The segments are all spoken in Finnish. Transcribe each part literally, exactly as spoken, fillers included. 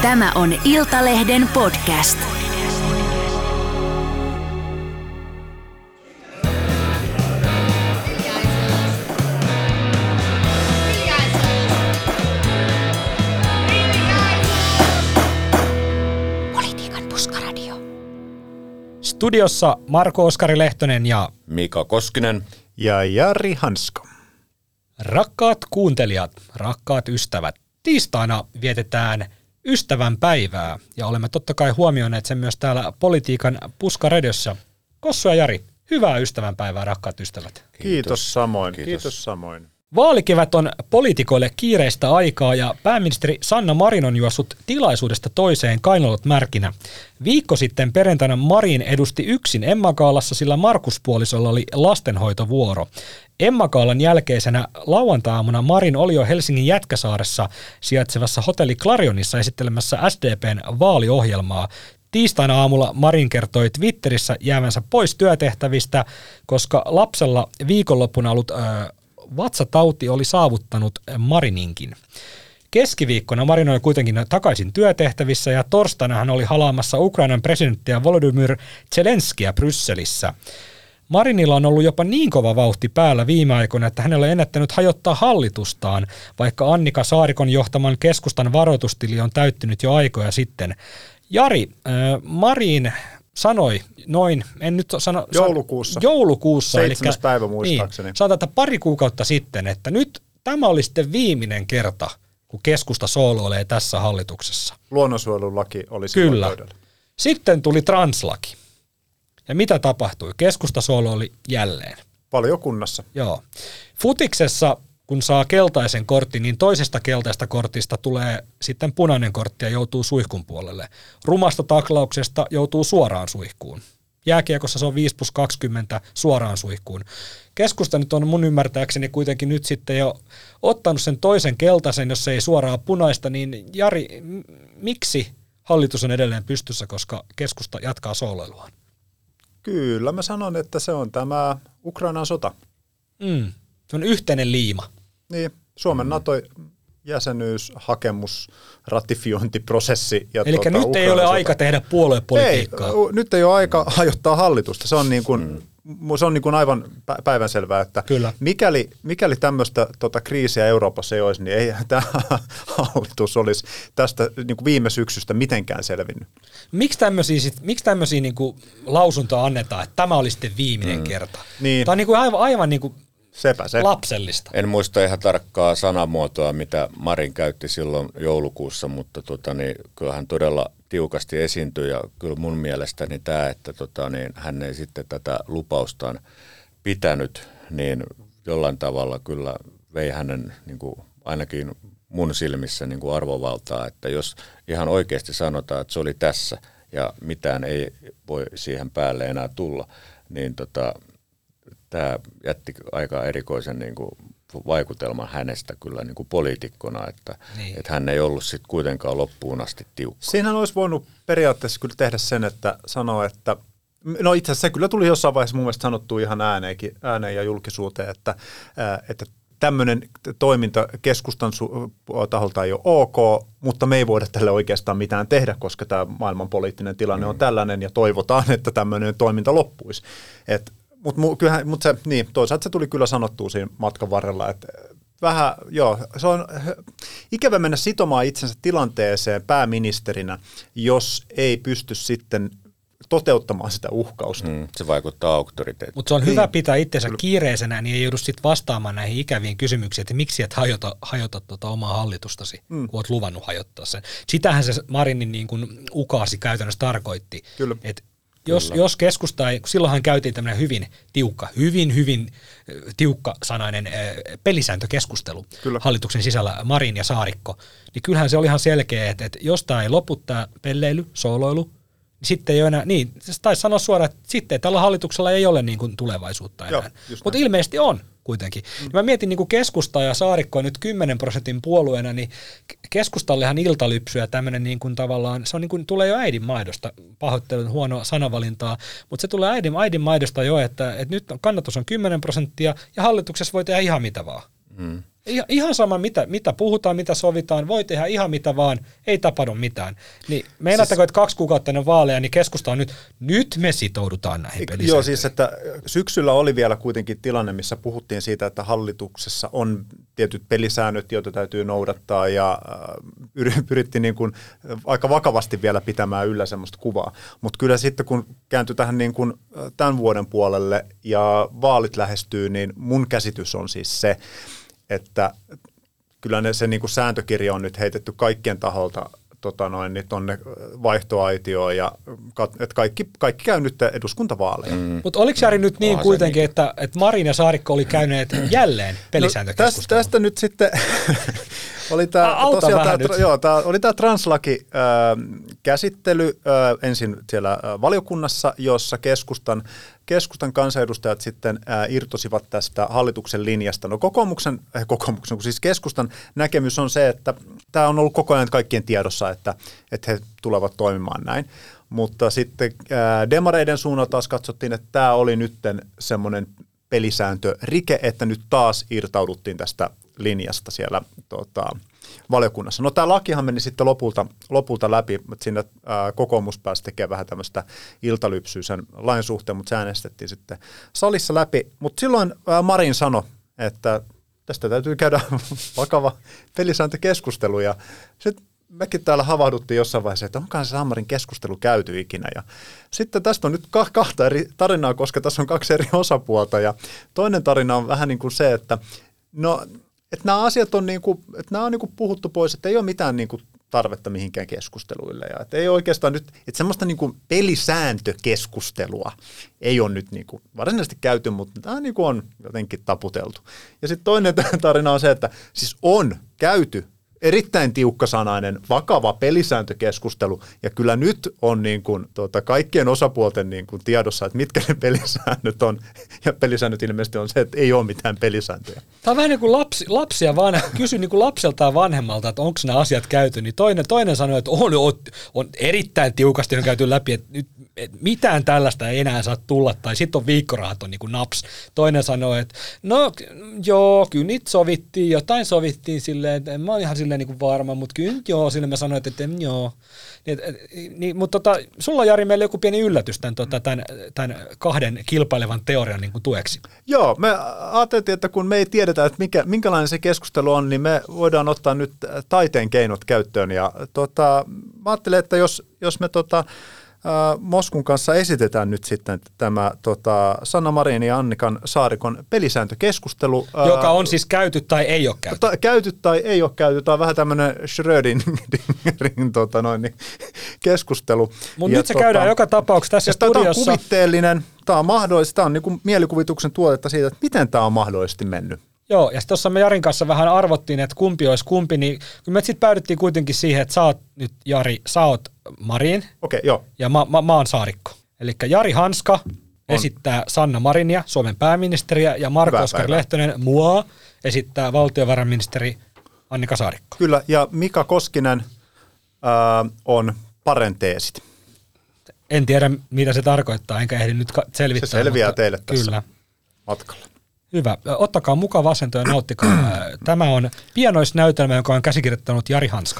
Tämä on Iltalehden podcast. Politiikan puskaradio. Studiossa Marko Oskari Lehtonen ja Mika Koskinen ja Jari Hansko. Rakkaat kuuntelijat, rakkaat ystävät, tiistaina vietetään ystävän päivää ja olemme totta kai huomioineet sen myös täällä Politiikan puskaradiossa. Kossu ja Jari, hyvää ystävän päivää, rakkaat ystävät. Kiitos, Kiitos samoin. Kiitos. Kiitos samoin. Vaalikevät on poliitikoille kiireistä aikaa ja pääministeri Sanna Marin on juossut tilaisuudesta toiseen kainalot märkinä. Viikko sitten perjantaina Marin edusti yksin Emma Gaalassa, sillä Markus-puolisolla oli lastenhoitovuoro. Emma Gaalan jälkeisenä lauantai-aamuna Marin oli jo Helsingin Jätkäsaaressa sijaitsevassa hotelli Clarionissa esittelemässä S D P:n vaaliohjelmaa. Tiistaina aamulla Marin kertoi Twitterissä jäävänsä pois työtehtävistä, koska lapsella viikonloppuna ollut Öö, vatsatauti oli saavuttanut Marininkin. Keskiviikkona Marin oli kuitenkin takaisin työtehtävissä ja torstaina hän oli halaamassa Ukrainan presidenttiä Volodymyr Zelenskiä Brysselissä. Marinilla on ollut jopa niin kova vauhti päällä viime aikoina, että hänellä on ennättänyt hajottaa hallitustaan, vaikka Annika Saarikon johtaman keskustan varoitustili on täyttynyt jo aikoja sitten. Jari, äh, Marin sanoi noin, en nyt sano... Joulukuussa. Joulukuussa. Seitsemäs päivä muistaakseni. Niin, sanotaan, että pari kuukautta sitten, että nyt tämä oli sitten viimeinen kerta, kun keskusta sooloilee tässä hallituksessa. Luonnonsuojelulaki oli Kyllä. pöydällä. Sitten tuli translaki. Ja mitä tapahtui? Keskusta sooloili jälleen. Valiokunnassa. Joo. Futiksessa, kun saa keltaisen kortin, niin toisesta keltaista kortista tulee sitten punainen kortti ja joutuu suihkun puolelle. Rumasta taklauksesta joutuu suoraan suihkuun. Jääkiekossa se on viisi plus kaksikymmentä suoraan suihkuun. Keskusta nyt on mun ymmärtääkseni kuitenkin nyt sitten jo ottanut sen toisen keltaisen, jos ei suoraan punaista, niin Jari, m- miksi hallitus on edelleen pystyssä, koska keskusta jatkaa sooloiluaan? Kyllä, mä sanon, että se on tämä Ukrainan sota. Mm. Se on yhteinen liima. Niin, Suomen mm. NATO-jäsenyyshakemus, ratifiointiprosessi. Eli nyt Ukrainan ei ole sota. Aika tehdä puoluepolitiikkaa. Ei, nyt ei ole aika hajottaa hallitusta. Se on niin kuin, mm. se on niin kuin aivan päivänselvää, että Kyllä. mikäli, mikäli tämmöistä tota, kriisiä Euroopassa ei olisi, niin ei tämä hallitus olisi tästä niin kuin viime syksystä mitenkään selvinnyt. Miksi tämmöisiä, sit, miksi tämmöisiä niin kuin lausuntoa annetaan, että tämä oli sitten viimeinen mm. kerta? Niin. Tämä on niin kuin aivan, aivan niin kuin Sepä se. lapsellista. En muista ihan tarkkaa sanamuotoa, mitä Marin käytti silloin joulukuussa, mutta tota, niin, kyllä hän todella tiukasti esiintyi ja kyllä mun mielestäni tämä, että tota, niin, hän ei sitten tätä lupaustaan pitänyt, niin jollain tavalla kyllä vei hänen niin kuin, ainakin mun silmissä niin kuin arvovaltaa, että jos ihan oikeasti sanotaan, että se oli tässä ja mitään ei voi siihen päälle enää tulla, niin tota, tämä jätti aika erikoisen niin kuin vaikutelman hänestä kyllä niin kuin poliitikkona, että, niin. että hän ei ollut sitten kuitenkaan loppuun asti tiukka. Siinähän olisi voinut periaatteessa kyllä tehdä sen, että sanoa, että no itse asiassa se kyllä tuli jossain vaiheessa mun mielestä sanottua ihan ääneenkin, ääneen ja julkisuuteen, että, että tämmöinen toiminta keskustan su- taholta ei ole ok, mutta me ei voida tälle oikeastaan mitään tehdä, koska tämä maailmanpoliittinen tilanne mm. on tällainen ja toivotaan, että tämmöinen toiminta loppuisi. Et Mutta mut se, niin, toisaalta se tuli kyllä sanottua siinä matkan varrella, että vähän, joo, se on ikävä mennä sitomaan itsensä tilanteeseen pääministerinä, jos ei pysty sitten toteuttamaan sitä uhkausta. Mm, se vaikuttaa auktoriteettiin. Mutta se on niin. hyvä pitää itsensä kiireisenä, niin ei joudu sitten vastaamaan näihin ikäviin kysymyksiin, että miksi et hajota, hajota tuota omaa hallitustasi, mm. kun olet luvannut hajottaa sen. Sitähän se Marinin niin kuin ukaasi käytännössä tarkoitti, että Jos, jos keskusta ei, silloinhan käytiin tämmöinen hyvin tiukka, hyvin, hyvin tiukka sanainen pelisääntökeskustelu Kyllä. hallituksen sisällä Marin ja Saarikko, niin kyllähän se oli ihan selkeä, että, että jos tämä ei lopu tämä pelleily, sooloilu, niin sitten ei ole enää, niin se taisi sanoa suoraan, että sitten tällä hallituksella ei ole niin kuin tulevaisuutta enää, mutta ilmeisesti on kuitenkin. Mm. Mä mietin niin kuin keskustaa ja Saarikkoa nyt kymmenen prosentin puolueena, niin keskustallehan iltalypsy ja tämmöinen niin kuin tavallaan, se on niin kuin, tulee jo äidin maidosta, pahoittelun huonoa sanavalintaa, mutta se tulee äidin, äidin maidosta jo, että, että nyt kannatus on kymmenen prosenttia ja hallituksessa voi tehdä ihan mitä vaan. Mm. Ihan sama, mitä, mitä puhutaan, mitä sovitaan, voi tehdä ihan mitä vaan, ei tapahdu mitään. Niin meinaatteko, siis, että kaksi kuukautta ennen vaaleja, niin keskusta on nyt, nyt me sitoudutaan näihin pelisääntöihin. Joo, siis että syksyllä oli vielä kuitenkin tilanne, missä puhuttiin siitä, että hallituksessa on tietyt pelisäännöt, joita täytyy noudattaa, ja pyrittiin niin kuin aika vakavasti vielä pitämään yllä semmoista kuvaa. Mutta kyllä sitten, kun kääntyi tähän niin kuin tämän vuoden puolelle ja vaalit lähestyy, niin mun käsitys on siis se, että kyllä ne, se niin kuin sääntökirja on nyt heitetty kaikkien taholta tota noin, niin tuonne vaihtoaitioon ja että kaikki, kaikki käy nyt eduskuntavaaleja. Mm. Mutta oliko Jari nyt niin Oha, kuitenkin, niin. Että, että Marin ja Saarikko oli käyneet jälleen pelisääntökeskustelua? No, tästä, tästä nyt sitten oli tämä tosiaan tämä, joo, tämä oli tämä translaki äh, käsittely äh, ensin siellä äh, valiokunnassa, jossa keskustan Keskustan kansanedustajat sitten ää, irtosivat tästä hallituksen linjasta. No kokoomuksen, äh, kokoomuksen, siis keskustan näkemys on se, että tämä on ollut koko ajan kaikkien tiedossa, että, että he tulevat toimimaan näin. Mutta sitten ää, demareiden suunnalta taas katsottiin, että tämä oli nyt semmoinen pelisääntörike, että nyt taas irtauduttiin tästä linjasta siellä tota, valiokunnassa. No tämä lakihan meni sitten lopulta, lopulta läpi, mutta siinä ää, kokoomus pääsi tekemään vähän tämmöistä iltalypsyä sen lain suhteen, mutta se äänestettiin sitten salissa läpi. Mutta silloin ää, Marin sanoi, että tästä täytyy käydä vakava pelisääntökeskustelu, ja sitten mekin täällä havahduttiin jossain vaiheessa, että onkohan se Samarin keskustelu käyty ikinä. Ja sitten tästä on nyt kahta eri tarinaa, koska tässä on kaksi eri osapuolta, ja toinen tarina on vähän niin kuin se, että no, että nämä asiat on, niin kuin, että nämä on niin kuin puhuttu pois, että ei ole mitään niin kuin tarvetta mihinkään keskusteluille. Ja että ei oikeastaan nyt, että semmoista niin kuin pelisääntökeskustelua ei ole nyt niin kuin varsinaisesti käyty, mutta tämä niin kuin on jotenkin taputeltu. Ja sitten toinen tarina on se, että siis on käyty erittäin tiukkasanainen, vakava pelisääntökeskustelu, ja kyllä nyt on niin kuin, tuota, kaikkien osapuolten niin kuin tiedossa, että mitkä ne pelisäännöt on, ja pelisäännöt ilmeisesti on se, että ei ole mitään pelisääntöjä. Tämä on vähän niin kuin lapsi, lapsia vanhe, kysy niin kuin lapseltaan vanhemmalta, että onko nämä asiat käyty, niin toinen, toinen sanoo, että on, on, on erittäin tiukasti on käyty läpi, että nyt että mitään tällaista ei enää saa tulla, tai sitten on viikkorahat on niin kuin naps. Toinen sanoo, että no joo, kyllä niitä sovittiin, jotain sovittiin silleen, että en mä ole ihan silleen niin kuin varma, mutta kyllä joo, silleen mä sanoin, että en, joo. Niin, niin, mutta tota, sulla on, Jari, meillä joku pieni yllätys tämän, tota, tämän, tämän kahden kilpailevan teorian niin kuin tueksi. Joo, me ajateltiin, että kun me ei tiedetä, että mikä, minkälainen se keskustelu on, niin me voidaan ottaa nyt taiteen keinot käyttöön. Ja tota, mä ajattelin, että jos, jos me tota, Moskun kanssa esitetään nyt sitten tämä tota, Sanna Marinin ja Annikan Saarikon pelisääntökeskustelu. Joka on siis käyty tai ei ole käyty. Ta, käyty tai ei ole käyty. Tämä on vähän tämmöinen Schrödingerin tota noin, niin, keskustelu. Mutta nyt se tota, käydään joka tapauksessa tässä studiossa. Tämä on kuvitteellinen, tämä on mahdollista, tämä on niin kuin mielikuvituksen tuotetta siitä, että miten tämä on mahdollisesti mennyt. Joo, ja sitten tuossa me Jarin kanssa vähän arvottiin, että kumpi olisi kumpi, niin me sitten päädyttiin kuitenkin siihen, että sä oot nyt, Jari, sä oot Marin, okay, joo. ja mä, mä, mä oon Saarikko. Eli Jari Hanska on. Esittää Sanna Marinia, Suomen pääministeriä, ja Marko-Oskari Lehtonen, mua, esittää valtiovarainministeri Annika Saarikko. Kyllä, ja Mika Koskinen äh, on parenteesit. En tiedä, mitä se tarkoittaa, enkä ehdi nyt selvittää. Se selviää mutta teille tässä kyllä. matkalla. Hyvä. Ottakaa mukaan asento ja nauttikaa. Tämä on pienoisnäytelmä, jonka on käsikirjoittanut Jari Hanska.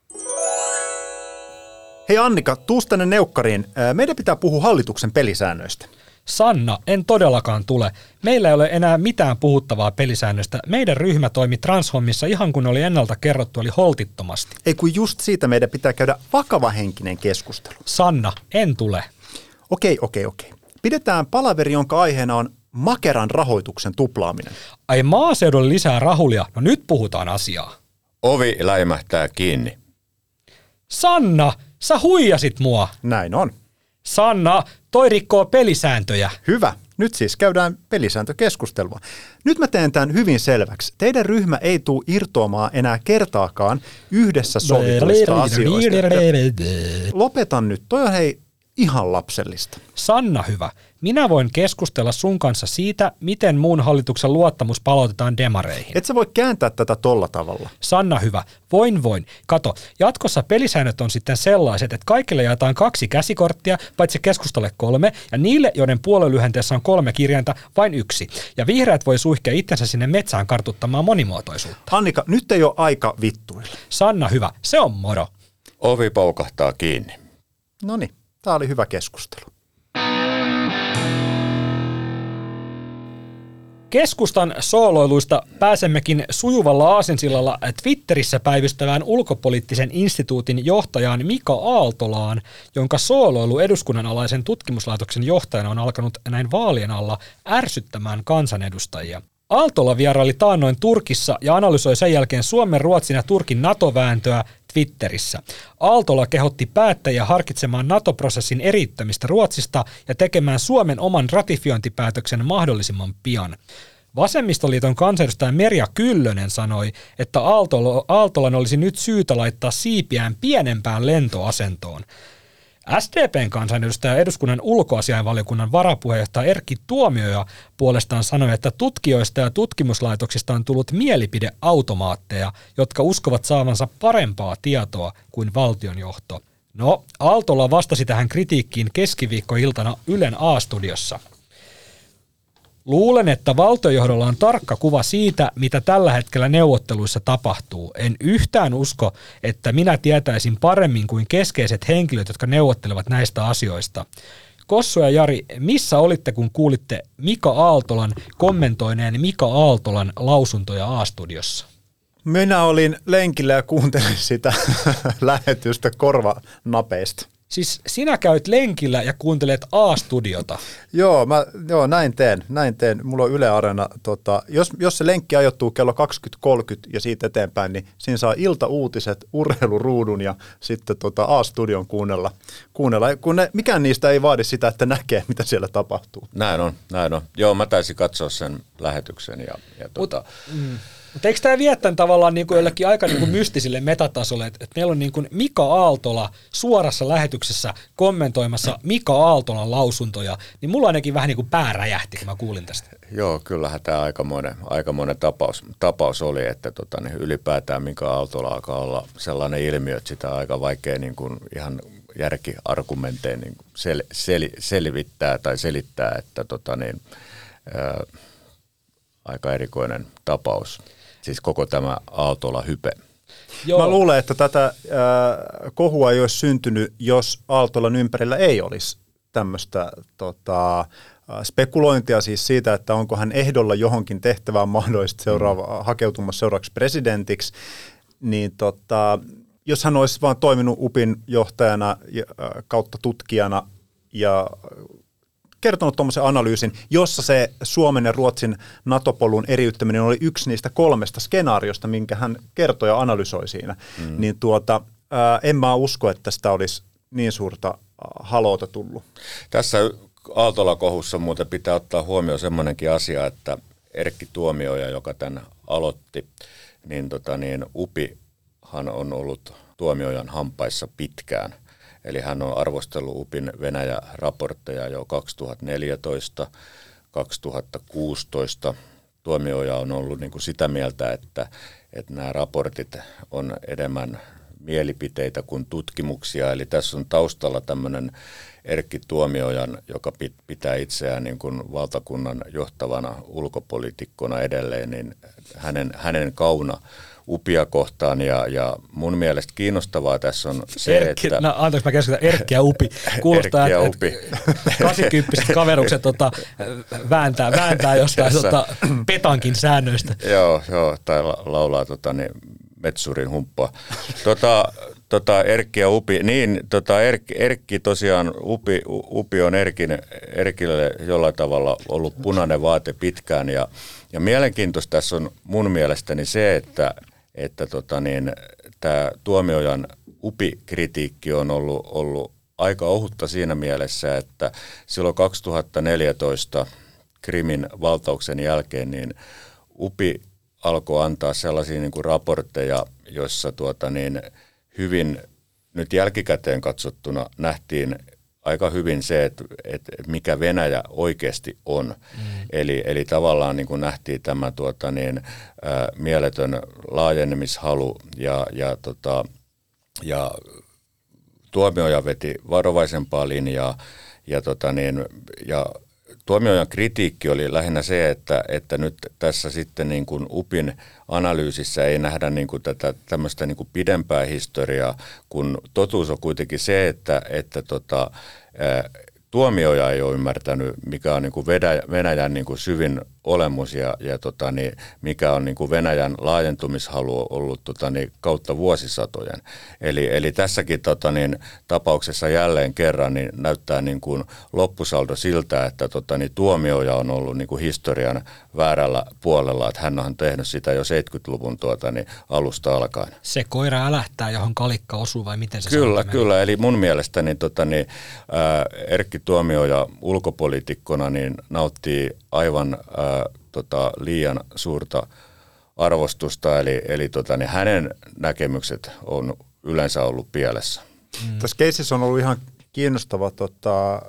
Hei Annika, tuus tänne neukkariin. Meidän pitää puhua hallituksen pelisäännöistä. Sanna, en todellakaan tule. Meillä ei ole enää mitään puhuttavaa pelisäännöstä. Meidän ryhmä toimi transhommissa ihan kun oli ennalta kerrottu, eli holtittomasti. Ei kun just siitä meidän pitää käydä vakavahenkinen keskustelu. Sanna, en tule. Okei, okei, okei. Pidetään palaveri, jonka aiheena on Makeran rahoituksen tuplaaminen. Ai maaseudulle lisää rahulia. No nyt puhutaan asiaa. Ovi läimähtää kiinni. Sanna, sä huijasit mua. Näin on. Sanna, toi rikkoo pelisääntöjä. Hyvä. Nyt siis käydään pelisääntökeskustelua. Nyt mä teen tämän hyvin selväksi. Teidän ryhmä ei tule irtoamaan enää kertaakaan yhdessä sovituista asioista. Lopetan nyt. Toi on hei ihan lapsellista. Sanna hyvä. Minä voin keskustella sun kanssa siitä, miten muun hallituksen luottamus palautetaan demareihin. Et sä voi kääntää tätä tolla tavalla. Sanna hyvä. Voin voin. Kato, jatkossa pelisäännöt on sitten sellaiset, että kaikille jaetaan kaksi käsikorttia, paitsi keskustalle kolme, ja niille, joiden puoluelyhenteessä on kolme kirjainta, vain yksi. Ja vihreät voi suihkea itsensä sinne metsään kartuttamaan monimuotoisuutta. Annika, nyt ei ole aika vittuilla. Sanna hyvä. Se on moro. Ovi paukahtaa kiinni. Noniin, tää oli hyvä keskustelu. Keskustan sooloiluista pääsemmekin sujuvalla aasinsillalla Twitterissä päivystävään ulkopoliittisen instituutin johtajaan Mika Aaltolaan, jonka sooloilu eduskunnan alaisen tutkimuslaitoksen johtajana on alkanut näin vaalien alla ärsyttämään kansanedustajia. Aaltola vieraili taannoin Turkissa ja analysoi sen jälkeen Suomen, Ruotsin ja Turkin NATO-vääntöä Twitterissä. Aaltola kehotti päättäjiä harkitsemaan NATO-prosessin eriyttämistä Ruotsista ja tekemään Suomen oman ratifiointipäätöksen mahdollisimman pian. Vasemmistoliiton kansanedustaja Merja Kyllönen sanoi, että Aaltola, Aaltolan olisi nyt syytä laittaa siipiään pienempään lentoasentoon. S D P:n kansanedustaja eduskunnan ulkoasiainvaliokunnan varapuheenjohtaja Erkki Tuomioja puolestaan sanoi, että tutkijoista ja tutkimuslaitoksista on tullut mielipideautomaatteja, jotka uskovat saavansa parempaa tietoa kuin valtionjohto. No, Aaltola vastasi tähän kritiikkiin keskiviikkoiltana Ylen A-studiossa. Luulen, että valtiojohdolla on tarkka kuva siitä, mitä tällä hetkellä neuvotteluissa tapahtuu. En yhtään usko, että minä tietäisin paremmin kuin keskeiset henkilöt, jotka neuvottelevat näistä asioista. Kossu ja Jari, missä olitte, kun kuulitte Mika Aaltolan kommentoineen Mika Aaltolan lausuntoja A-studiossa? Minä olin lenkillä ja kuuntelin sitä lähetystä korvanapeista. Siis sinä käyt lenkillä ja kuuntelet A-studiota. Joo, mä, joo, näin teen, näin teen. Mulla on Yle Areena, tota, jos, jos se lenkki ajoittuu kello kaksikymmentä kolmekymmentä ja siitä eteenpäin, niin siinä saa iltauutiset, urheiluruudun ja sitten tota A-studion kuunnella. kuunnella. Kun ne, mikään niistä ei vaadi sitä, että näkee, mitä siellä tapahtuu. Näin on, näin on. Joo, mä taisin katsoa sen lähetyksen. Ja, ja tota... mm. Mutta eikö tämä vie tämän tavallaan niin kuin jollekin aika niin kuin mystisille metatasolle, että, että meillä on niin kuin Mika Aaltola suorassa lähetyksessä kommentoimassa Mika Aaltolan lausuntoja, niin mulla ainakin vähän niin kuin pää räjähti, kun mä kuulin tästä. Joo, kyllähän tämä aikamoinen, aikamoinen tapaus, tapaus oli, että tota, niin ylipäätään Mika Aaltola alkaa olla sellainen ilmiö, että sitä on aika vaikea niin kuin ihan järkiargumentein niin sel, sel, selvittää tai selittää, että tota, niin, ää, aika erikoinen tapaus. Siis koko tämä Aaltola-hype. Joo. Mä luulen, että tätä äh, kohua ei olisi syntynyt, jos Aaltolan ympärillä ei olisi tämmöistä tota, spekulointia siis siitä, että onko hän ehdolla johonkin tehtävään mahdollisesti seuraava, mm. hakeutumassa seuraavaksi presidentiksi. Niin tota, jos hän olisi vaan toiminut UPin johtajana ja, äh, kautta tutkijana ja kertonut tuommoisen analyysin, jossa se Suomen ja Ruotsin NATO-polun eriyttäminen oli yksi niistä kolmesta skenaariosta, minkä hän kertoi ja analysoi siinä, mm. niin tuota, ää, en mä usko, että sitä olisi niin suurta haloota tullut. Tässä Aaltola-kohussa muuten pitää ottaa huomioon semmoinenkin asia, että Erkki Tuomioja, joka tämän aloitti, niin, tota, niin UPIhan on ollut Tuomiojan hampaissa pitkään. Eli hän on arvostellut UPin Venäjä-raportteja jo kaksituhattaneljätoista kaksituhattakuusitoista. Tuomioja on ollut niin kuin sitä mieltä, että, että nämä raportit on enemmän mielipiteitä kuin tutkimuksia. Eli tässä on taustalla tämmöinen Erkki Tuomiojan, joka pitää itseään niin kuin valtakunnan johtavana ulkopoliitikkona edelleen, niin hänen, hänen kauna UPia kohtaan, ja, ja mun mielestä kiinnostavaa tässä on se, Erkki, että... No anteeksi, mä keskitän Erkki ja UPI. Kuulostaa, Erkki ja että UPI. kahdeksankymppiset kaverukset tota, vääntää, vääntää jostain tota, petankin säännöistä. Joo, joo, tai la, laulaa tota, niin, metsurin humppaa. Tota, tota, Erkki ja UPI, niin tota, Erkki, Erkki tosiaan, UPI, UPI on Erkin, Erkille jollain tavalla ollut punainen vaate pitkään, ja, ja mielenkiintoista tässä on mun mielestäni se, että että tota niin, tämä Tuomiojan UPI-kritiikki on ollut, ollut aika ohutta siinä mielessä, että silloin kaksituhattaneljätoista Krimin valtauksen jälkeen niin UPI alkoi antaa sellaisia niin kuin raportteja, joissa tuota niin, hyvin nyt jälkikäteen katsottuna nähtiin aika hyvin se, että, että mikä Venäjä oikeasti on. Mm. Eli, eli tavallaan niin kuin nähtiin tämä tuota, niin, ää, mieletön laajenemishalu ja, ja, tota, ja Tuomioja veti varovaisempaa linjaa ja, tota, niin, ja Tuomiojan kritiikki oli lähinnä se, että, että nyt tässä sitten niin kuin UPin analyysissä ei nähdä niin kuin tätä tämmöistä niin kuin pidempää historiaa, kun totuus on kuitenkin se, että, että tota, ää, Tuomioja ei ole ymmärtänyt, mikä on niin kuin Venäjän, Venäjän niin kuin syvin olemus ja, ja tota, niin, mikä on niin kuin Venäjän laajentumishalu ollut tota, niin, kautta vuosisatojen. Eli, eli tässäkin tota, niin, tapauksessa jälleen kerran niin näyttää niin kuin loppusaldo siltä, että tota, niin, Tuomioja on ollut niin kuin historian väärällä puolella, että hän on tehnyt sitä jo seitsemänkymmentäluvun tuota, niin, alusta alkaen. Se koira älähtää, johon kalikka osuu vai miten se Kyllä, kyllä. Eli mun mielestä niin, tota, niin, ää, Erkki Tuomioja ulkopoliitikkona niin nauttii aivan ää, tota, liian suurta arvostusta, eli, eli tota, niin hänen näkemykset on yleensä ollut pielessä. Mm. Tässä keississä on ollut ihan kiinnostava tota,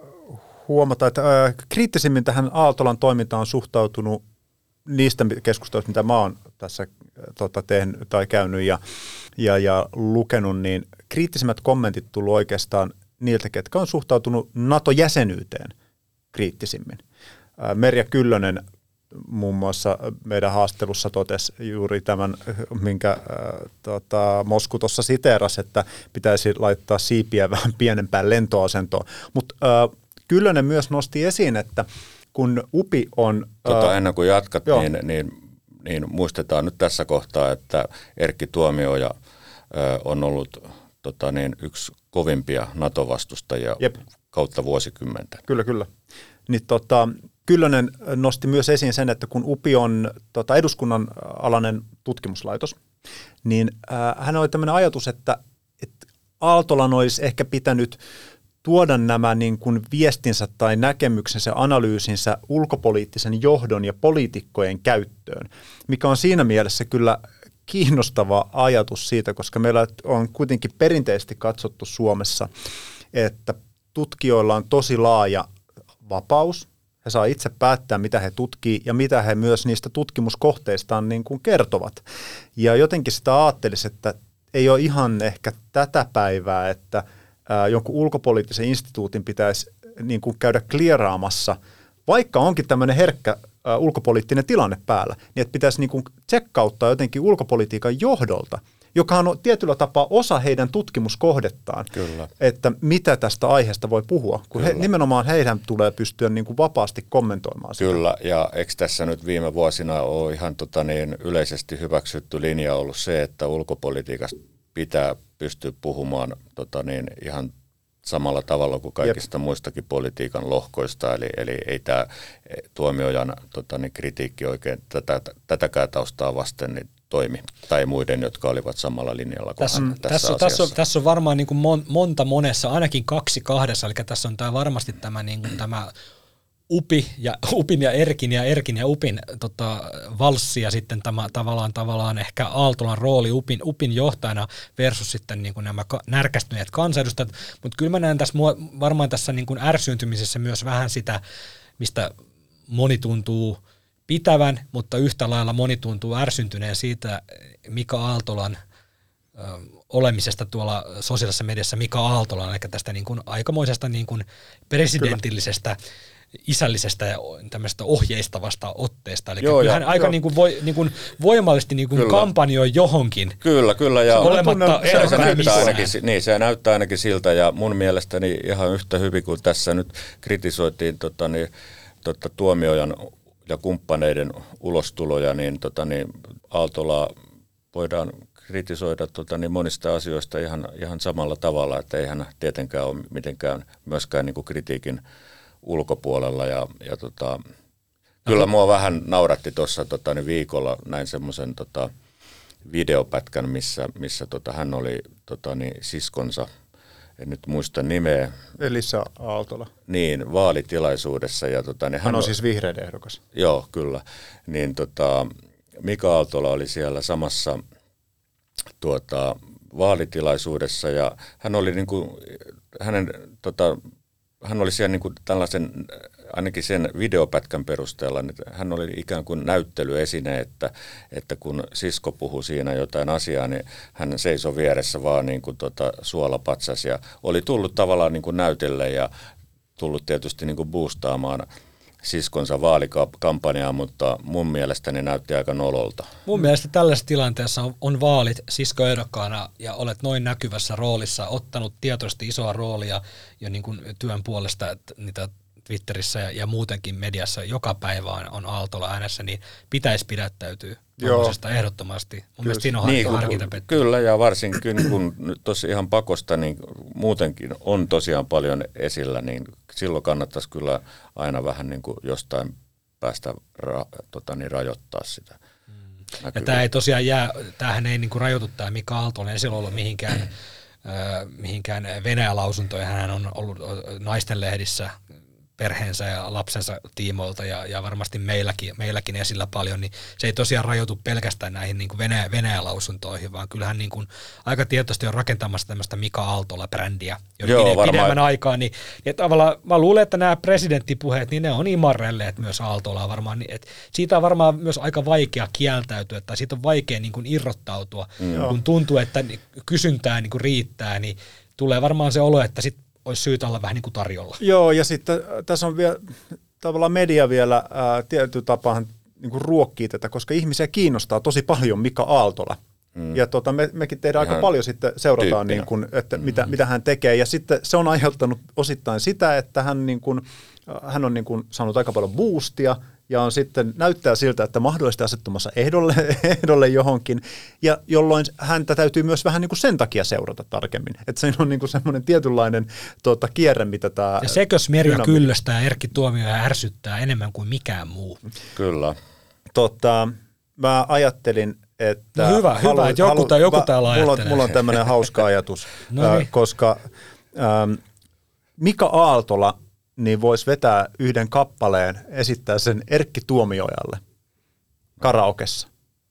huomata, että ää, kriittisimmin tähän Aaltolan toimintaan on suhtautunut niistä keskusteluista, mitä mä oon tässä tota, tehnyt tai käynyt ja, ja, ja lukenut, niin kriittisimmät kommentit tullut oikeastaan niiltä, ketkä on suhtautunut NATO-jäsenyyteen kriittisimmin. Merja Kyllönen muun muassa meidän haastattelussa totesi juuri tämän, minkä äh, tota, Mosku tuossa siteerasi, että pitäisi laittaa siipiä vähän pienempään lentoasentoon. Mutta äh, Kyllönen myös nosti esiin, että kun UPI on... Tota, ennen kuin jatkat, niin, niin, niin muistetaan nyt tässä kohtaa, että Erkki Tuomioja äh, on ollut tota, niin, yksi kovimpia NATO-vastustajia Jep. kautta vuosikymmenten. Kyllä, kyllä. Niin, tota, Kyllönen nosti myös esiin sen, että kun UPI on tota, eduskunnan alainen tutkimuslaitos, niin äh, hän oli tämmöinen ajatus, että, että Aaltolan olisi ehkä pitänyt tuoda nämä niin kuin viestinsä tai näkemyksensä, analyysinsä ulkopoliittisen johdon ja poliitikkojen käyttöön, mikä on siinä mielessä kyllä kiinnostava ajatus siitä, koska meillä on kuitenkin perinteisesti katsottu Suomessa, että tutkijoilla on tosi laaja vapaus. He saa itse päättää, mitä he tutkii ja mitä he myös niistä tutkimuskohteistaan niin kuin kertovat. Ja jotenkin sitä ajattelisi, että ei ole ihan ehkä tätä päivää, että ää, jonkun ulkopoliittisen instituutin pitäisi niin kuin käydä klieraamassa, vaikka onkin tämmöinen herkkä ää, ulkopoliittinen tilanne päällä, niin että pitäisi niin kuin tsekkauttaa jotenkin ulkopolitiikan johdolta, joka on tietyllä tapaa osa heidän tutkimuskohdettaan, Kyllä. että mitä tästä aiheesta voi puhua, kun he, nimenomaan heidän tulee pystyä niin kuin vapaasti kommentoimaan sitä. Kyllä, ja eikö tässä nyt viime vuosina ole ihan tota niin, yleisesti hyväksytty linja ollut se, että ulkopolitiikasta pitää pystyä puhumaan tota niin, ihan samalla tavalla kuin kaikista Jep. muistakin politiikan lohkoista, eli, eli ei tämä Tuomiojan tota niin, kritiikki oikein tätä, tätäkään taustaa vasten niin toimi, tai muiden, jotka olivat samalla linjalla kuin tässä, tässä, tässä, asiassa. Tässä on, tässä on varmaan niin kuin mon, monta monessa, ainakin kaksi kahdessa, eli tässä on tämä varmasti tämä, niin kuin tämä UPI ja UPin ja Erkin ja Erkin ja UPin tota, valssi ja sitten tämä, tavallaan, tavallaan ehkä Aaltolan rooli UPin, UPin johtajana versus sitten niin kuin nämä ka- närkästyneet kansanedustajat, mutta kyllä mä näen tässä varmaan tässä niin kuin ärsyyntymisessä myös vähän sitä, mistä moni tuntuu pitävän, mutta yhtä lailla moni tuntuu ärsyntyneen siitä Mika Aaltolan ö, olemisesta tuolla sosiaalisessa mediassa Mika Aaltolan, eli tästä niin kuin aikamoisesta niin kuin presidentillisestä, Kyllä. isällisestä ja tämmöisestä ohjeistavasta otteesta. Eli joo, hän aika niin kuin voi, niin kuin voimallisesti niin kuin kampanjoi johonkin. Kyllä, kyllä. Ja olematta se, se, näyttää ainakin, niin, se näyttää ainakin siltä, ja mun mielestäni ihan yhtä hyvin kuin tässä nyt kritisoitiin tota, niin, tota, Tuomiojan ja kumppaneiden ulostuloja, niin, tota, niin Aaltolaa voidaan kritisoida tota, niin monista asioista ihan, ihan samalla tavalla, että eihän tietenkään ole mitenkään myöskään niin kuin kritiikin ulkopuolella. Ja, ja tota, kyllä mua vähän nauratti tuossa tota, niin viikolla näin semmoisen tota, videopätkän, missä, missä tota, hän oli tota, niin, siskonsa, en nyt muista nimeä. Elisa Aaltola. Niin, vaalitilaisuudessa. Ja, tota, niin hän, hän on siis vihreiden ehdokas. Joo, kyllä. Niin, tota, Mika Aaltola oli siellä samassa tuota, vaalitilaisuudessa ja hän oli niin kuin, hänen tota, hän oli siellä niin kuin tällaisen, ainakin sen videopätkän perusteella, niin hän oli ikään kuin näyttelyesine, että, että kun sisko puhui siinä jotain asiaa, niin hän seisoi vieressä vaan niin kuin tota suolapatsas ja oli tullut tavallaan niin kuin näytelle ja tullut tietysti niin kuin boostaamaan siskonsa vaalikampanjaa, mutta mun mielestäni näytti aika nololta. Mun mielestä tällaisessa tilanteessa on, on vaalit siskoehdokkaana ja olet noin näkyvässä roolissa, ottanut tietoisesti isoa roolia jo niin kuin työn puolesta, että niitä Twitterissä ja, ja muutenkin mediassa joka päivä on, on Aaltola äänessä, niin pitäisi pidättäytyä tuollaisesta ehdottomasti. Mun mielestä siinä on niin, harkintapettää. Kyllä, ja varsinkin kun nyt tosi ihan pakosta, niin muutenkin on tosiaan paljon esillä, niin silloin kannattaisi kyllä aina vähän niin kuin jostain päästä ra, tota niin, rajoittaa sitä. Mm. Ja tämä ei tosiaan jää, tämähän ei niin kuin rajoitu tämä Mika Aaltonen, ei silloin ollut mihinkään, äh, mihinkään Venäjä-lausuntoja. Hän on ollut naistenlehdissä perheensä ja lapsensa tiimoilta ja, ja varmasti meilläkin, meilläkin esillä paljon, niin se ei tosiaan rajoitu pelkästään näihin niin kuin Venäjä, Venäjä-lausuntoihin, vaan kyllähän niin kuin aika tietoisesti on rakentamassa tämmöistä Mika Aaltola-brändiä jo Joo, pide, pidemmän aikaa. Niin, ja tavallaan mä luulen, että nämä presidenttipuheet, niin ne on imarrelleet myös Aaltolaa varmaan, niin, että siitä on varmaan myös aika vaikea kieltäytyä, tai siitä on vaikea niin kuin irrottautua, mm. kun tuntuu, että kysyntää niin kuin riittää, niin tulee varmaan se olo, että sitten olisi syytä olla vähän niin kuin tarjolla. Joo, ja sitten tässä on vielä tavallaan media vielä ää, tietyllä tapaa niin kuin ruokkii tätä, koska ihmisiä kiinnostaa tosi paljon Mika Aaltola. Mm. Ja tota, me, mekin tehdään Ihan aika paljon sitten, seurataan, niin kuin, että mm. mitä, mitä hän tekee. Ja sitten se on aiheuttanut osittain sitä, että hän, niin kuin, hän on niin kuin saanut aika paljon boostia, ja on sitten näyttää siltä, että mahdollisesti asettumassa ehdolle, ehdolle johonkin, ja jolloin häntä täytyy myös vähän niin kuin sen takia seurata tarkemmin. Että se on niin kuin semmoinen tietynlainen tuota, kierre, mitä tämä... Ja sekös Merja Kyllöstää Erkki Tuomioja ärsyttää enemmän kuin mikään muu. Kyllä. Tota, mä ajattelin, että... No hyvä, halu, hyvä että joku, halu, joku täällä mulla ajattelee. On, mulla on tämmöinen hauska ajatus, no niin. äh, koska ähm, Mika Aaltola niin voisi vetää yhden kappaleen, esittää sen Erkki Tuomiojalle karaokessa.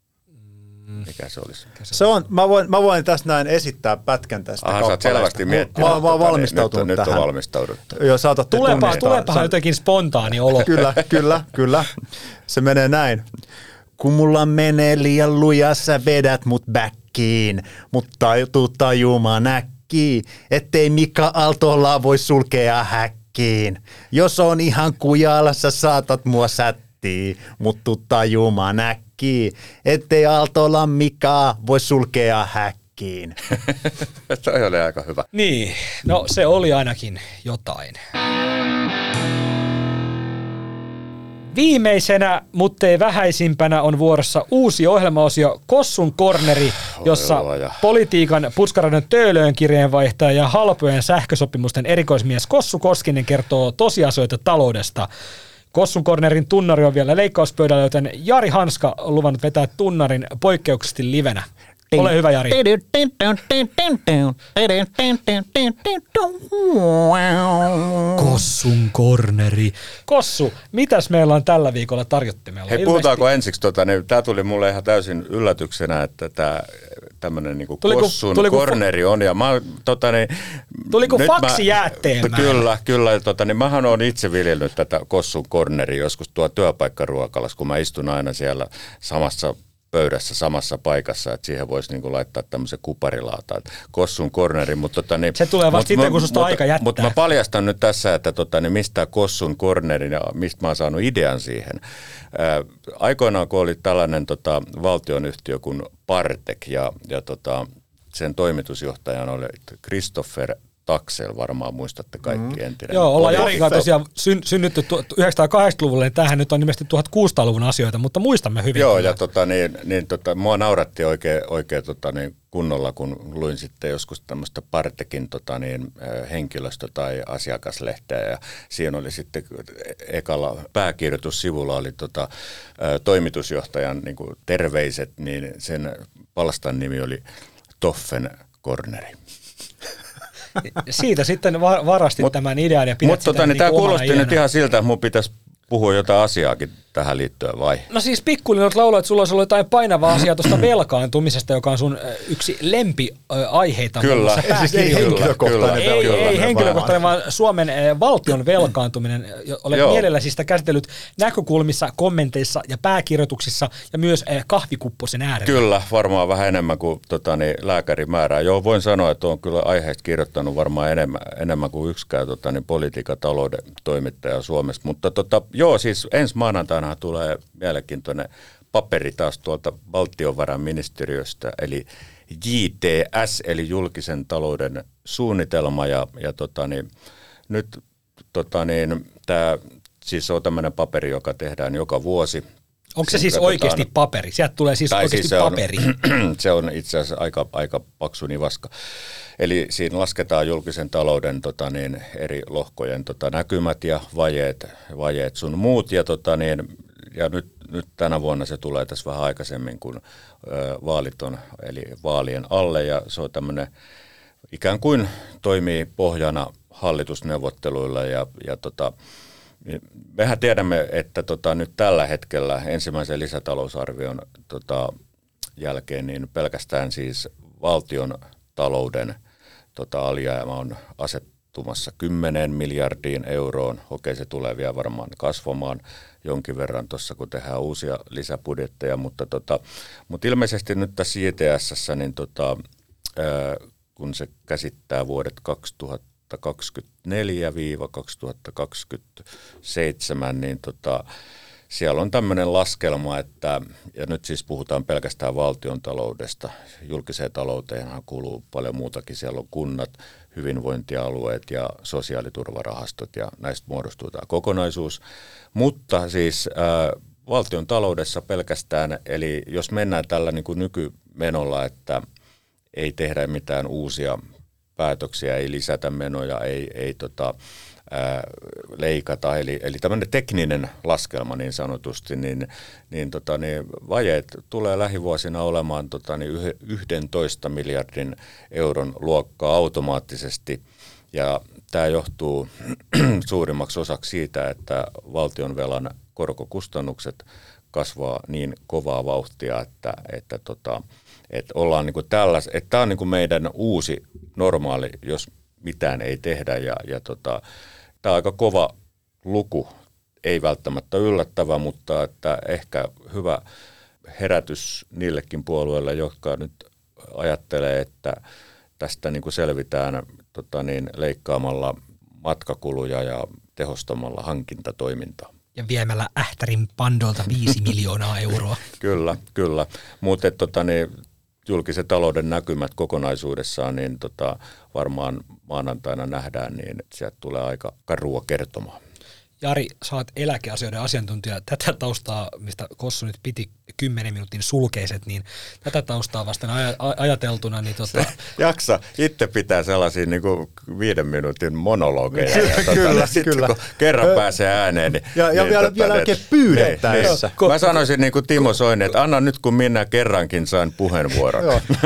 Mikä se olisi? Se on, mä voin, mä voin tässä näin esittää pätkän tästä Aha, kappaleesta. Sä oot selvästi miettinyt. Mä, mä oon valmistautunut nyt, tähän. Nyt on valmistauduttu. Joo, saatatte tulepa, tulepahan jotenkin spontaani olo. Kyllä, kyllä, kyllä. Se menee näin. Kun mulla menee liian luja, sä vedät mut backiin, mutta tuu tajumaan äkkiin, ettei Mika Aaltola voi sulkea häkkiin. Jos on ihan kujalla, sä saatat mua sättiin, mut tuu tajumaan äkkiin, ettei Aaltola Mika voi sulkea häkkiin. Toi oli aika hyvä. Niin, no se oli ainakin jotain. Viimeisenä, mutta ei vähäisimpänä, on vuorossa uusi ohjelmaosio Kossun korneri, jossa politiikan puskaradan töölöön kirjeenvaihtaja ja halpojen sähkösopimusten erikoismies Kossu Koskinen kertoo tosiasioita taloudesta. Kossun kornerin tunnari on vielä leikkauspöydällä, joten Jari Hanska on luvannut vetää tunnarin poikkeuksellisesti livenä. Ole hyvä, Jari. Kossun korneri. Kossu, mitäs meillä on tällä viikolla tarjottimella? Hei, puhutaanko ensiksi, tota, niin, tämä tuli mulle ihan täysin yllätyksenä, että tämä tämmöinen niin Kossun tuliko, korneri on. Ja mä, tota, niin, tuliko faksi jäätteenmäärä? Kyllä, kyllä. Tota, niin, mähän olen itse viljellyt tätä Kossun korneria joskus tuo työpaikkaruokalassa, kun mä istun aina siellä samassa pöydässä samassa paikassa, että siihen voisi niinku laittaa tämmöisen kuparilaataan. Kossun korneri, mutta tota, niin, se tulee vasta sitten, kun susta aika jättää. Mutta mä paljastan nyt tässä, että tota, niin mistä Kossun kornerin ja mistä mä oon saanut idean siihen. Ää, aikoinaan, kun oli tällainen tota, valtionyhtiö kuin Partek ja, ja tota, sen toimitusjohtajana oli Christopher Taxel, varmaan muistatte kaikki mm. entinen. Joo, ollaan Jari kanssa tosiaan syn, synnytty yhdeksänsataakahdeksankymmentäluvulla, niin tämähän nyt on nimesti tuhatkuusisataaluvun asioita, mutta muistamme hyvin. Joo, kyllä. Ja tota, niin, niin, tota, mua nauratti oikein, oikein tota, niin, kunnolla, kun luin sitten joskus tämmöistä Partekin tota, niin, henkilöstö- tai asiakaslehteä, ja siinä oli sitten ekalla pääkirjoitussivulla oli tota, toimitusjohtajan niin kuin terveiset, niin sen palstan nimi oli Toffen korneri. Siitä sitten varastit Mut, tämän idean ja pidät mutta sitä tota, niin niin tämä kuulosti ideana. Nyt ihan siltä, että mun pitäisi puhua jotain asiaakin tähän liittyen vai? No siis pikkulinnut lauloi, että sulla olisi ollut jotain painavaa asiaa tuosta velkaantumisesta, joka on sun yksi lempiaiheita. Kyllä. Siis ei henkilökohtainen. Ei, ei, ei henkilökohtainen, vaan Suomen valtion velkaantuminen. Olen Joo. mielellä siis sitä käsitellyt näkökulmissa, kommenteissa ja pääkirjoituksissa ja myös kahvikupposen äärellä. Kyllä, varmaan vähän enemmän kuin tota, niin, lääkäri määrää. Joo, voin sanoa, että olen kyllä aiheesta kirjoittanut varmaan enemmän, enemmän kuin yksikään tota, niin, politiikan talouden toimittaja Suomesta. Mutta tota, joo, siis ensi maanantaina tulee mielenkiintoinen paperi taas tuolta valtiovarainministeriöstä, eli J T S, eli julkisen talouden suunnitelma. Ja, ja tota, niin, nyt tota, niin, tämä siis on tämmöinen paperi, joka tehdään joka vuosi. Onko se siis katsotaan, oikeasti paperi? Sieltä tulee siis oikeasti siis se paperi. On, se on itse asiassa aika, aika paksu nivaska. Eli siinä lasketaan julkisen talouden tota niin, eri lohkojen tota, näkymät ja vajeet, vajeet sun muut. Ja, tota niin, ja nyt, nyt tänä vuonna se tulee tässä vähän aikaisemmin kuin ö, vaalit on, eli vaalien alle. Ja se on tämmöinen ikään kuin toimii pohjana hallitusneuvotteluilla ja, ja tota, mehän tiedämme, että tota, nyt tällä hetkellä ensimmäisen lisätalousarvion tota, jälkeen niin pelkästään siis valtion talouden tota, alijäämä on asettumassa kymmeneen miljardiin euroon. Okei, se tulee vielä varmaan kasvamaan jonkin verran tuossa, kun tehdään uusia lisäbudjetteja, mutta, tota, mutta ilmeisesti nyt tässä J T S:ssä, niin tota, ää, kun se käsittää vuodet kaksituhattakaksikymmentäneljä kaksituhattakaksikymmentäseitsemän, niin tota, siellä on tämmöinen laskelma, että, ja nyt siis puhutaan pelkästään valtion taloudesta, julkiseen talouteenhan kuuluu paljon muutakin, siellä on kunnat, hyvinvointialueet ja sosiaaliturvarahastot, ja näistä muodostuu tämä kokonaisuus, mutta siis ää, valtion taloudessa pelkästään, eli jos mennään tällä niin kuin nykymenolla, että ei tehdä mitään uusia päätöksiä, ei lisätä menoja, ei, ei tota, ää, leikata. Eli, eli tämmöinen tekninen laskelma niin sanotusti, niin, niin, tota, niin vajeet tulee lähivuosina olemaan tota, niin yksitoista miljardin euron luokkaa automaattisesti. Ja tämä johtuu suurimmaksi osaksi siitä, että valtionvelan korkokustannukset kasvaa niin kovaa vauhtia, että, että tota, että ollaan niin kuin tällais, että tämä on niin kuin meidän uusi normaali, jos mitään ei tehdä. Ja, ja tota, tämä on aika kova luku, ei välttämättä yllättävä, mutta että ehkä hyvä herätys niillekin puolueille, jotka nyt ajattelee, että tästä niin kuin selvitään tota niin, leikkaamalla matkakuluja ja tehostamalla hankintatoimintaa. Ja viemällä Ähtärin pandolta viisi miljoonaa euroa. Kyllä, kyllä. Mutta tota, niin, julkisen talouden näkymät kokonaisuudessaan, niin tota, varmaan maanantaina nähdään, niin sieltä tulee aika karua kertomaa. Jari, sä oot eläkeasioiden asiantuntija. Tätä taustaa, mistä Kossu nyt piti kymmenen minuutin sulkeiset, niin tätä taustaa vasten aj- ajateltuna. Niin tota... Jaksa itse pitää sellaisia niin kuin viiden minuutin monologeja. Kyllä, ja, tota, kyllä, sit, kyllä. Kun kerran pääsee ääneen. Niin, ja ja niin, vielä, tota, vielä oikein pyydettäessä. Niin, mä sanoisin niin kuin Timo Soini, että anna nyt kun minä kerrankin sain puheenvuoron.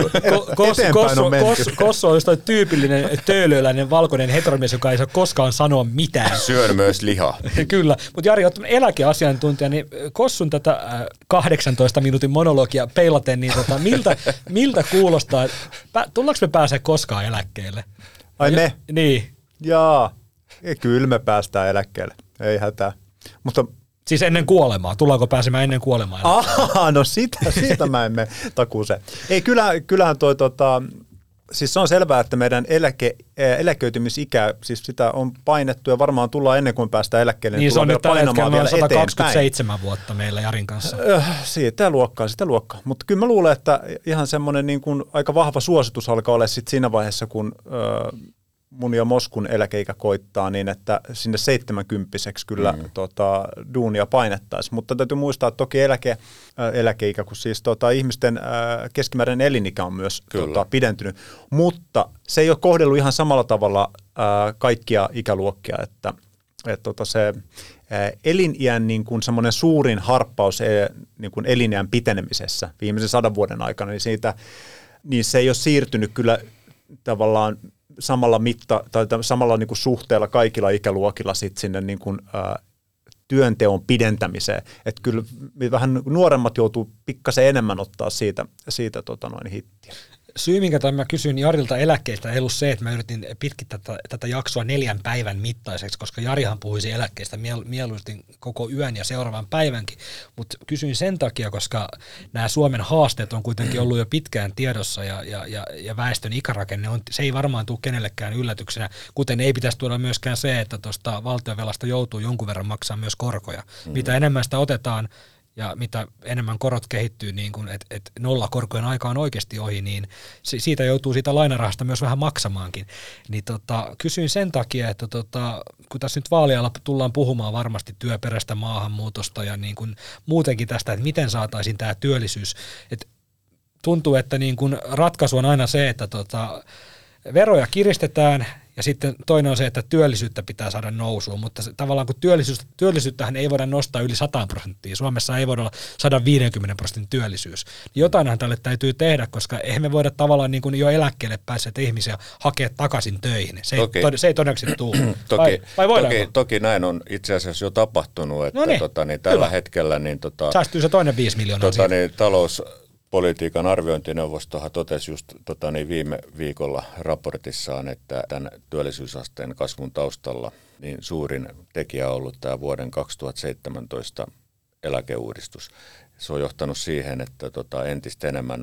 Kossu on jostain tyypillinen töölöläinen valkoinen heteromies, joka ei saa koskaan sanoa mitään. Syön myös lihaa. Kyllä, mutta Jari, olet eläkeasiantuntija, niin Kossun tätä kahdeksantoista minuutin monologia peilaten, niin tota, miltä, miltä kuulostaa, tullaanko me pääsee koskaan eläkkeelle? Ai me? Niin. Jaa, kyllä me päästään eläkkeelle, ei hätää. Mutta siis ennen kuolemaa, tullaanko pääsemään ennen kuolemaa? Aha, no sitä, siitä mä en mene takuuseen. Ei, kyllähän, kyllähän toi tota, siis se on selvää, että meidän eläke, eläköitymisikä, siis sitä on painettu ja varmaan tullaan ennen kuin päästään eläkkeelle. Niin se on nyt tällä hetkellä noin sata kaksikymmentäseitsemän eteenpäin. Vuotta meillä Jarin kanssa. Siitä luokkaa, sitä luokkaa. Mutta kyllä mä luulen, että ihan semmoinen niin kuin aika vahva suositus alkaa olla sit siinä vaiheessa, kun ö, mun ja Moskun eläkeikä koittaa, niin että sinne seitsemänkymppiseksi kyllä mm. tota, duunia painettaisiin. Mutta täytyy muistaa, että toki eläke, äh, eläkeikä, kun siis tota, ihmisten äh, keskimääräinen elinikä on myös tota, pidentynyt. Mutta se ei ole kohdellut ihan samalla tavalla äh, kaikkia ikäluokkia, että et, tota, se äh, eliniän niin kuin semmoinen suurin harppaus äh, niin kuin eliniän pitenemisessä viimeisen sadan vuoden aikana, niin, siitä, niin se ei ole siirtynyt kyllä tavallaan samalla mitta tai samalla niin kuin suhteella kaikilla ikäluokilla sit sinne niin kuin, ää, työnteon pidentämiseen. Että kyllä vähän nuoremmat joutuu pikkasen enemmän ottaa siitä, siitä tota noin hittiä. Syy, minkä mä kysyin Jarilta eläkkeistä, ei ollut se, että mä yritin pitkittää tätä, tätä jaksoa neljän päivän mittaiseksi, koska Jarihan puhuisi eläkkeistä miel, mieluusti koko yön ja seuraavan päivänkin, mutta kysyin sen takia, koska nämä Suomen haasteet on kuitenkin ollut jo pitkään tiedossa ja, ja, ja, ja väestön ikärakenne, on, se ei varmaan tule kenellekään yllätyksenä, kuten ei pitäisi tuoda myöskään se, että tuosta valtionvelasta joutuu jonkun verran maksaa myös korkoja. Mm. Mitä enemmän sitä otetaan, ja mitä enemmän korot kehittyy, niin kun, että et nollakorkojen aika on oikeasti ohi, niin siitä joutuu siitä lainarahasta myös vähän maksamaankin. Niin tota, kysyin sen takia, että tota, kun tässä nyt vaalialla tullaan puhumaan varmasti työperäistä maahanmuutosta ja niin kun muutenkin tästä, että miten saataisiin tämä työllisyys. Et tuntuu, että niin kun ratkaisu on aina se, että tota, veroja kiristetään, ja sitten toinen on se, että työllisyyttä pitää saada nousuun, mutta se, tavallaan kun työllisyys, työllisyyttähän ei voida nostaa yli sata prosenttia, Suomessa ei voida olla sata viisikymmentä prosentin työllisyys, niin jotainhan tälle täytyy tehdä, koska eihän me voida tavallaan niin kuin jo eläkkeelle päässeet ihmisiä hakea takaisin töihin, se ei, toki, to, se ei todennäkseni tule. toki, vai, vai toki, toki näin on itse asiassa jo tapahtunut, että no niin, tota, niin tällä hyvä. hetkellä niin, tota, säästyy se toinen viisi miljoonaa tota, niin, talous Politiikan arviointineuvostohan totesi just tota, niin viime viikolla raportissaan, että tämän työllisyysasteen kasvun taustalla niin suurin tekijä on ollut tämä vuoden kaksituhattaseitsemäntoista eläkeuudistus. Se on johtanut siihen, että tota, entistä enemmän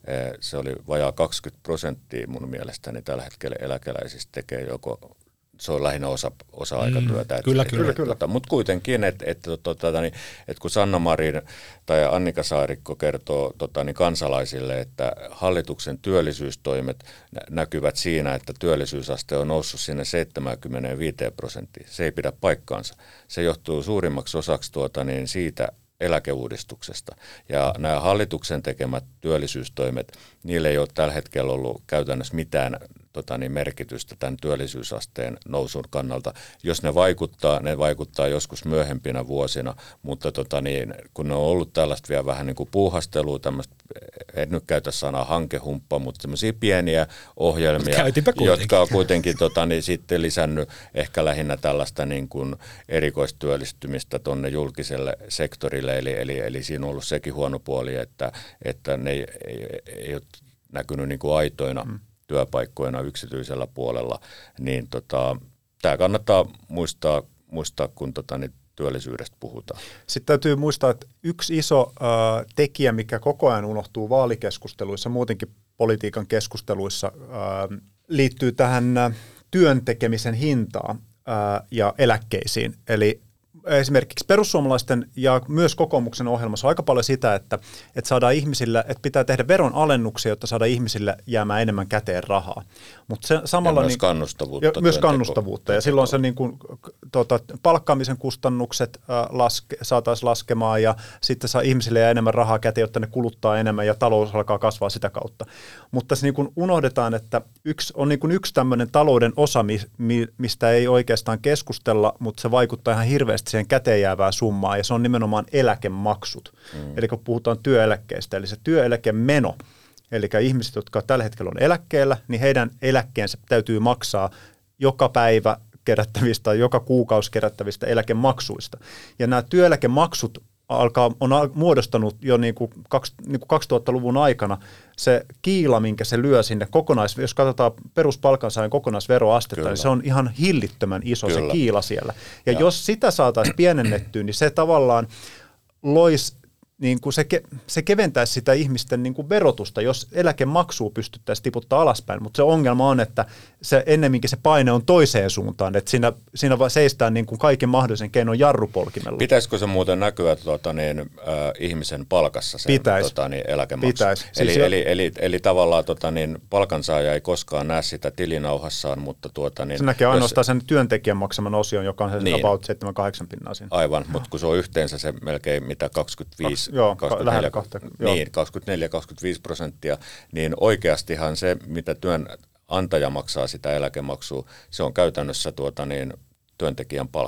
se oli vajaa kaksikymmentä prosenttia mun mielestäni tällä hetkellä eläkeläisistä tekee joko, se on lähinnä osa, osa-aikatyötä. Mm, kyllä, kyllä. kyllä. Tota, mutta kuitenkin, että et, tota, niin, et kun Sanna Marin tai Annika Saarikko kertoo tota, niin kansalaisille, että hallituksen työllisyystoimet näkyvät siinä, että työllisyysaste on noussut sinne seitsemänkymmentäviisi prosenttia. Se ei pidä paikkaansa. Se johtuu suurimmaksi osaksi tuota, niin siitä eläkeuudistuksesta. Ja nämä hallituksen tekemät työllisyystoimet, niille ei ole tällä hetkellä ollut käytännössä mitään tota niin, merkitystä tämän työllisyysasteen nousun kannalta. Jos ne vaikuttaa, ne vaikuttaa joskus myöhempinä vuosina, mutta tota niin, kun ne on ollut tällaista vielä vähän niin kuin puuhastelua, tämmöistä, en nyt käytä sanaa hankehumppa, mutta semmoisia pieniä ohjelmia, jotka on kuitenkin tota, niin, sitten lisännyt ehkä lähinnä tällaista niin kuin erikoistyöllistymistä tuonne julkiselle sektorille, eli, eli, eli siinä on ollut sekin huono puoli, että, että ne ei, ei, ei ole näkynyt niin kuin aitoina mm. työpaikkoina yksityisellä puolella, niin tota, tämä kannattaa muistaa, muistaa kun tota, niin työllisyydestä puhutaan. Sitten täytyy muistaa, että yksi iso äh, tekijä, mikä koko ajan unohtuu vaalikeskusteluissa, muutenkin politiikan keskusteluissa, äh, liittyy tähän äh, työn tekemisen hintaan äh, ja eläkkeisiin. Eli esimerkiksi perussuomalaisten ja myös kokoomuksen ohjelmassa on aika paljon sitä, että, että saadaan ihmisille, että pitää tehdä veron alennuksia, jotta saadaan ihmisille jäämään enemmän käteen rahaa. Mutta se samalla ja myös niin, kannustavuutta. Ja myös kannustavuutta. Ja silloin se niin kuin, tuota, palkkaamisen kustannukset äh, laske, saataisiin laskemaan ja sitten saa ihmisille jää enemmän rahaa käteen, jotta ne kuluttaa enemmän ja talous alkaa kasvaa sitä kautta. Mutta tässä niin kuin unohdetaan, että yksi, on niin kuin yksi tämmöinen talouden osa, mistä ei oikeastaan keskustella, mutta se vaikuttaa ihan hirveästi siihen käteen jäävää summaa, ja se on nimenomaan eläkemaksut. Mm. Eli kun puhutaan työeläkkeestä, eli se työeläkemeno, eli ihmiset, jotka tällä hetkellä on eläkkeellä, niin heidän eläkkeensä täytyy maksaa joka päivä kerättävistä, joka kuukausi kerättävistä eläkemaksuista. Ja nämä työeläkemaksut alkaa, on muodostanut jo niin kuin kaksituhattaluvun aikana se kiila, minkä se lyö sinne kokonais, jos katsotaan peruspalkansaajan kokonaisveroastetta, Kyllä. niin se on ihan hillittömän iso Kyllä. se kiila siellä. Ja, ja jos sitä saataisiin pienennettyä, niin se tavallaan loisi, niin kuin se, ke, se keventäisi sitä ihmisten niin kuin verotusta, jos eläkemaksua pystyttäisiin tiputtaa alaspäin. Mutta se ongelma on, että se ennemminkin se paine on toiseen suuntaan, että siinä, siinä seistään niin kuin kaiken mahdollisen keinon jarrupolkimella. Pitäisikö se muuten näkyä tuota, niin, äh, ihmisen palkassa sen tuota, niin, eläkemaksu? Pitäisi. Eli, siis eli, eli, eli tavallaan tuota, niin, palkansaaja ei koskaan näe sitä tilinauhassaan, mutta tuota, niin, se näkee ainoastaan jos, sen työntekijän maksaman osion, joka on se niin, about seitsemän kahdeksan pinnaa siinä. Aivan, mutta kun se on yhteensä se melkein mitä kaksikymmentäviisi, Joo, kaksikymmentäneljä, kahta, niin, kaksikymmentäneljä kaksikymmentäviisi prosenttia, niin oikeastihan se, mitä työnantaja maksaa sitä eläkemaksua, se on käytännössä tuota, niin, työntekijän palkkaa.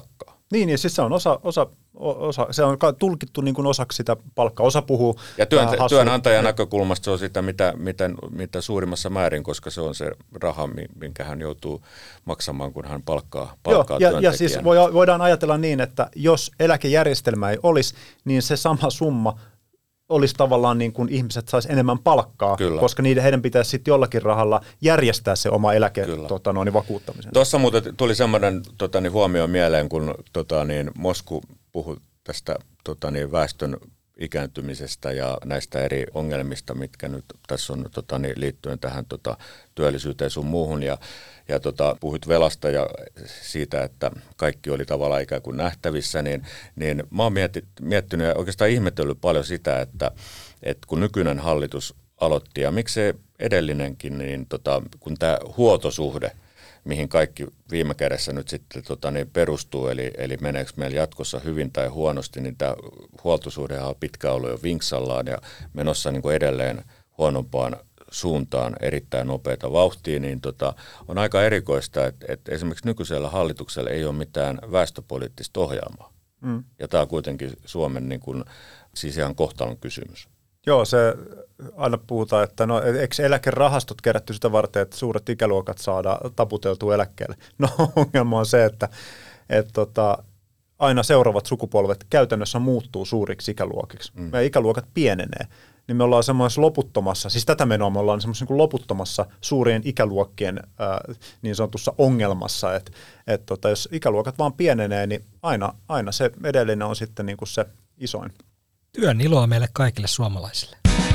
Niin, ja siis se on osa, osa, osa se on tulkittu niin kuin osaksi sitä palkkaa. Osa puhuu ja työn, hassu, työnantajan näkökulmasta se on sitä, mitä, mitä, mitä suurimmassa määrin, koska se on se raha, minkä hän joutuu maksamaan, kun hän palkkaa, palkkaa Joo, ja, ja siis voidaan ajatella niin, että jos eläkejärjestelmä ei olisi, niin se sama summa olisi tavallaan niin kuin ihmiset sais enemmän palkkaa, Kyllä. koska niiden, heidän pitäisi sitten jollakin rahalla järjestää se oma eläke tota, noin, vakuuttamisen. Tuossa muuten tuli semmoinen tota, niin, huomio mieleen, kun tota, niin, Mosku puhui tästä tota, niin, väestön ikääntymisestä ja näistä eri ongelmista, mitkä nyt tässä on tota, niin, liittyen tähän tota, työllisyyteen sun muuhun. Ja, ja tota, puhuit velasta ja siitä, että kaikki oli tavallaan ikään kuin nähtävissä, niin, niin mä oon mietti, miettinyt ja oikeastaan ihmetellyt paljon sitä, että, että kun nykyinen hallitus aloitti ja miksei edellinenkin, niin tota, kun tämä huoltosuhde, mihin kaikki viime kädessä nyt sitten tota, niin perustuu, eli, eli meneekö meillä jatkossa hyvin tai huonosti, niin tämä huoltosuhdehan on pitkään ollut jo vinksallaan ja menossa niin kuin edelleen huonompaan suuntaan erittäin nopeata vauhtia, niin tota, on aika erikoista, että, että esimerkiksi nykyisellä hallituksella ei ole mitään väestöpoliittista ohjelmaa. Mm. Ja tämä on kuitenkin Suomen niin kuin, siis ihan kohtalon kysymys. Joo, se aina puhutaan, että no, eikö eläkerahastot kerätty sitä varten, että suuret ikäluokat saadaan taputeltua eläkkeelle. No ongelma on se, että, että tota, aina seuraavat sukupolvet käytännössä muuttuu suuriksi ikäluokiksi. Mm. Meidän ikäluokat pienenee. Niin me ollaan semmoisessa loputtomassa, siis tätä menoa me ollaan semmoisessa niin loputtomassa suurien ikäluokkien ää, niin sanotussa ongelmassa, että et tota, jos ikäluokat vaan pienenee, niin aina, aina se edellinen on sitten niin kuin se isoin. Työn iloa meille kaikille suomalaisille.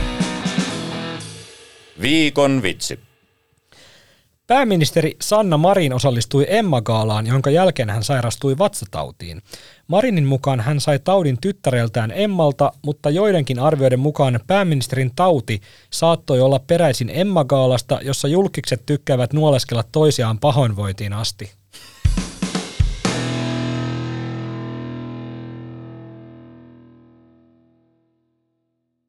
Viikon vitsi. Pääministeri Sanna Marin osallistui Emma-gaalaan, jonka jälkeen hän sairastui vatsatautiin. Marinin mukaan hän sai taudin tyttäreltään Emmalta, mutta joidenkin arvioiden mukaan pääministerin tauti saattoi olla peräisin Emma-gaalasta, jossa julkikset tykkäävät nuoleskella toisiaan pahoinvointiin asti.